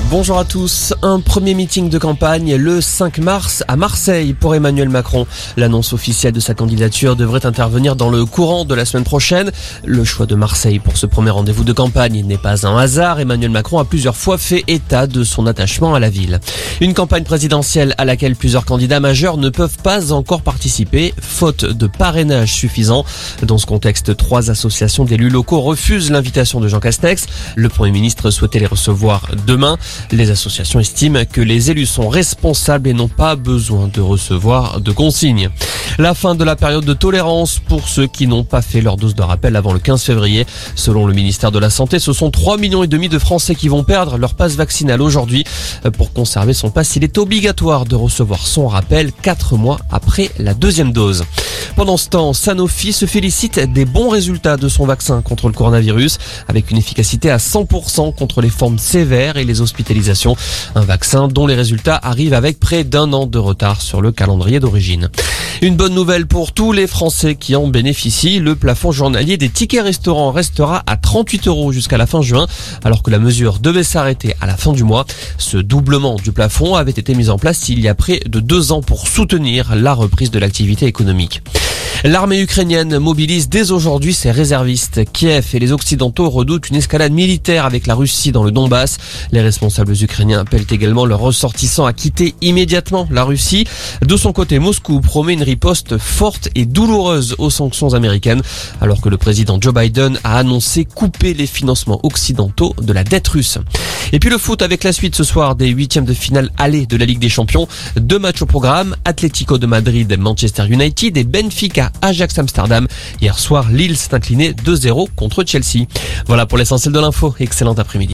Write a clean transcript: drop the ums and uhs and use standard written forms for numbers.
Bonjour à tous. Un premier meeting de campagne le 5 mars à Marseille pour Emmanuel Macron. L'annonce officielle de sa candidature devrait intervenir dans le courant de la semaine prochaine. Le choix de Marseille pour ce premier rendez-vous de campagne n'est pas un hasard. Emmanuel Macron a plusieurs fois fait état de son attachement à la ville. Une campagne présidentielle à laquelle plusieurs candidats majeurs ne peuvent pas encore participer, faute de parrainage suffisant. Dans ce contexte, 3 associations d'élus locaux refusent l'invitation de Jean Castex. Le Premier ministre souhaitait les recevoir demain. Les associations estiment que les élus sont responsables et n'ont pas besoin de recevoir de consignes. La fin de la période de tolérance pour ceux qui n'ont pas fait leur dose de rappel avant le 15 février. Selon le ministère de la Santé, ce sont 3,5 millions de Français qui vont perdre leur passe vaccinal aujourd'hui. Pour conserver son passe, il est obligatoire de recevoir son rappel 4 mois après la deuxième dose. Pendant ce temps, Sanofi se félicite des bons résultats de son vaccin contre le coronavirus, avec une efficacité à 100% contre les formes sévères et les hospitalisations. Un vaccin dont les résultats arrivent avec près d'1 an de retard sur le calendrier d'origine. Une bonne nouvelle pour tous les Français qui en bénéficient. Le plafond journalier des tickets restaurants restera à 38 € jusqu'à la fin juin, alors que la mesure devait s'arrêter à la fin du mois. Ce doublement du plafond avait été mis en place il y a près de 2 ans pour soutenir la reprise de l'activité économique. L'armée ukrainienne mobilise dès aujourd'hui ses réservistes. Kiev et les Occidentaux redoutent une escalade militaire avec la Russie dans le Donbass. Les responsables ukrainiens appellent également leurs ressortissants à quitter immédiatement la Russie. De son côté, Moscou promet une riposte forte et douloureuse aux sanctions américaines, alors que le président Joe Biden a annoncé couper les financements occidentaux de la dette russe. Et puis le foot avec la suite ce soir des 8e de finale aller de la Ligue des Champions. 2 matchs au programme, Atlético de Madrid, Manchester United et Benfica, Ajax Amsterdam. Hier soir, Lille s'est incliné 2-0 contre Chelsea. Voilà pour l'essentiel de l'info. Excellent après-midi.